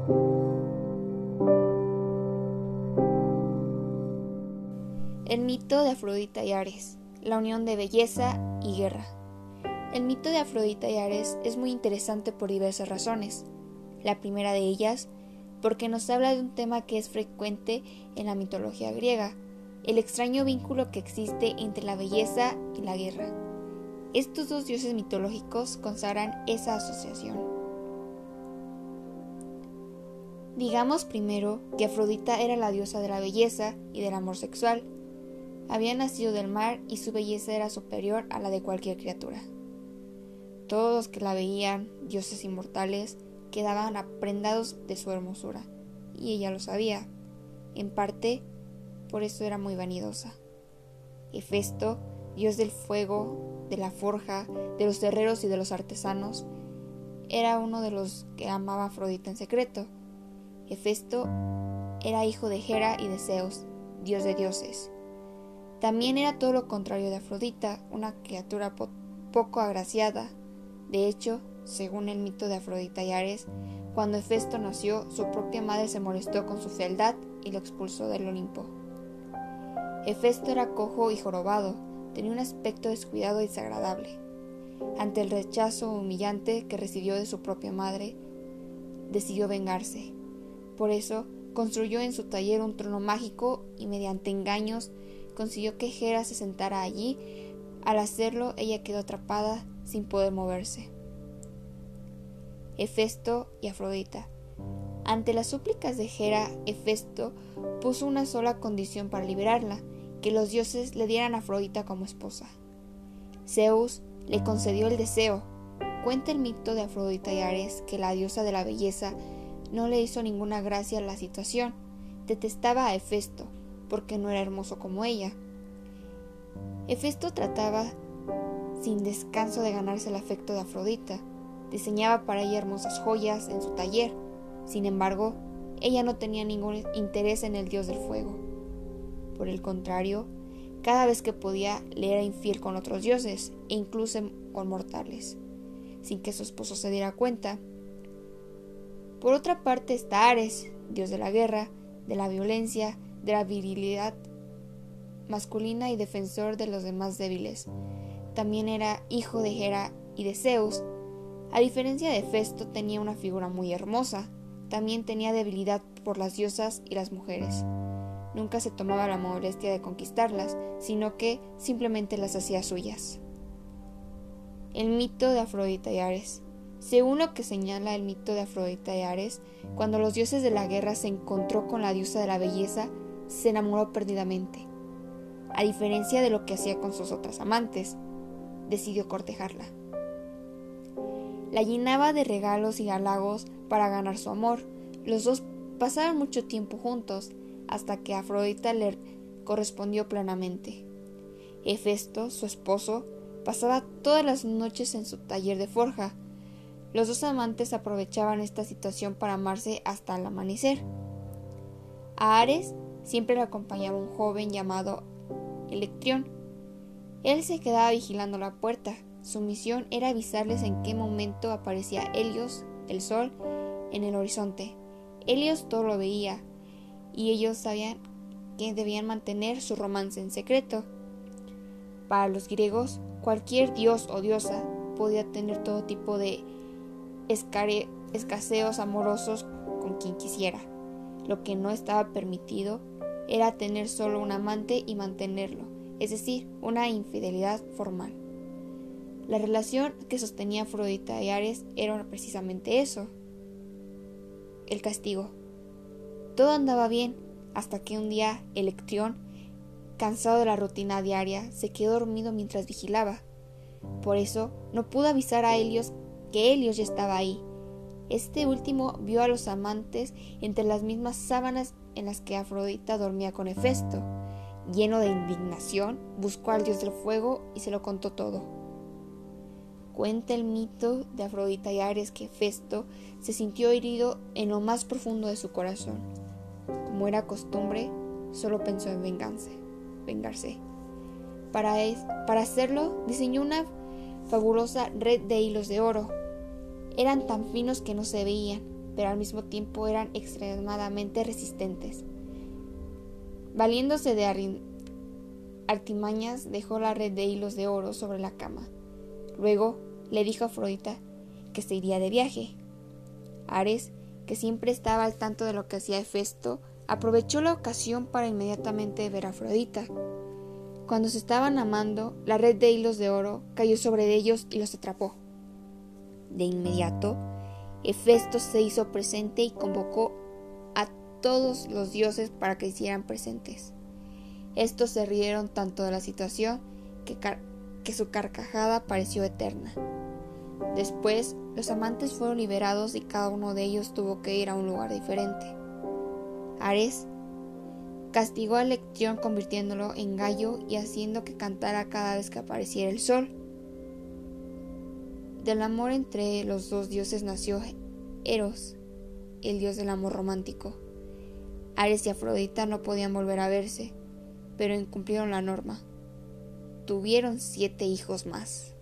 El mito de Afrodita y Ares, la unión de belleza y guerra. El mito de Afrodita y Ares es muy interesante por diversas razones. La primera de ellas, porque nos habla de un tema que es frecuente en la mitología griega, el extraño vínculo que existe entre la belleza y la guerra. Estos dos dioses mitológicos consagran esa asociación. Digamos primero que Afrodita era la diosa de la belleza y del amor sexual. Había nacido del mar y su belleza era superior a la de cualquier criatura. Todos los que la veían, dioses inmortales, quedaban prendados de su hermosura, y ella lo sabía. En parte, por eso era muy vanidosa. Hefesto, dios del fuego, de la forja, de los herreros y de los artesanos, era uno de los que amaba a Afrodita en secreto. Hefesto era hijo de Hera y de Zeus, dios de dioses. También era todo lo contrario de Afrodita, una criatura poco agraciada. De hecho, según el mito de Afrodita y Ares, cuando Hefesto nació, su propia madre se molestó con su fealdad y lo expulsó del Olimpo. Hefesto era cojo y jorobado, tenía un aspecto descuidado y desagradable. Ante el rechazo humillante que recibió de su propia madre, decidió vengarse. Por eso, construyó en su taller un trono mágico y mediante engaños consiguió que Hera se sentara allí. Al hacerlo, ella quedó atrapada sin poder moverse. Hefesto y Afrodita. Ante las súplicas de Hera, Hefesto puso una sola condición para liberarla, que los dioses le dieran a Afrodita como esposa. Zeus le concedió el deseo. Cuenta el mito de Afrodita y Ares que la diosa de la belleza no le hizo ninguna gracia a la situación. Detestaba a Hefesto, porque no era hermoso como ella. Hefesto trataba sin descanso de ganarse el afecto de Afrodita. Diseñaba para ella hermosas joyas en su taller. Sin embargo, ella no tenía ningún interés en el dios del fuego. Por el contrario, cada vez que podía le era infiel con otros dioses e incluso con mortales, sin que su esposo se diera cuenta. Por otra parte está Ares, dios de la guerra, de la violencia, de la virilidad masculina y defensor de los demás débiles. También era hijo de Hera y de Zeus. A diferencia de Hefesto, tenía una figura muy hermosa. También tenía debilidad por las diosas y las mujeres. Nunca se tomaba la molestia de conquistarlas, sino que simplemente las hacía suyas. El mito de Afrodita y Ares. Según lo que señala el mito de Afrodita y Ares, cuando los dioses de la guerra se encontró con la diosa de la belleza, se enamoró perdidamente. A diferencia de lo que hacía con sus otras amantes, decidió cortejarla. La llenaba de regalos y halagos para ganar su amor. Los dos pasaron mucho tiempo juntos, hasta que Afrodita le correspondió plenamente. Hefesto, su esposo, pasaba todas las noches en su taller de forja. Los dos amantes aprovechaban esta situación para amarse hasta el amanecer. A Ares siempre le acompañaba un joven llamado Electrión. Él se quedaba vigilando la puerta. Su misión era avisarles en qué momento aparecía Helios, el sol, en el horizonte. Helios todo lo veía, y ellos sabían que debían mantener su romance en secreto. Para los griegos, cualquier dios o diosa podía tener todo tipo de escaseos amorosos con quien quisiera. Lo que no estaba permitido era tener solo un amante y mantenerlo, es decir, una infidelidad formal. La relación que sostenía Afrodita y Ares era precisamente eso, el castigo. Todo andaba bien, hasta que un día Electrión, cansado de la rutina diaria, se quedó dormido mientras vigilaba. Por eso no pudo avisar a Helios que Helios ya estaba ahí. Este último vio a los amantes entre las mismas sábanas en las que Afrodita dormía con Hefesto. Lleno de indignación, buscó al dios del fuego y se lo contó todo. Cuenta el mito de Afrodita y Ares que Hefesto se sintió herido en lo más profundo de su corazón. Como era costumbre, solo pensó en vengarse. Para hacerlo, diseñó una fabulosa red de hilos de oro. Eran tan finos que no se veían. pero al mismo tiempo eran extremadamente resistentes. Valiéndose de artimañas, dejó la red de hilos de oro sobre la cama. Luego le dijo a Afrodita que se iría de viaje. Ares, que siempre estaba al tanto de lo que hacía Hefesto, aprovechó la ocasión para inmediatamente ver a Afrodita. Cuando se estaban amando, la red de hilos de oro cayó sobre ellos y los atrapó. De inmediato, Hefesto se hizo presente y convocó a todos los dioses para que hicieran presentes. Estos se rieron tanto de la situación que su carcajada pareció eterna. Después, los amantes fueron liberados y cada uno de ellos tuvo que ir a un lugar diferente. Ares castigó a Lectión convirtiéndolo en gallo y haciendo que cantara cada vez que apareciera el sol. Del amor entre los dos dioses nació Eros, el dios del amor romántico. Ares y Afrodita no podían volver a verse, pero incumplieron la norma. Tuvieron 7 hijos más.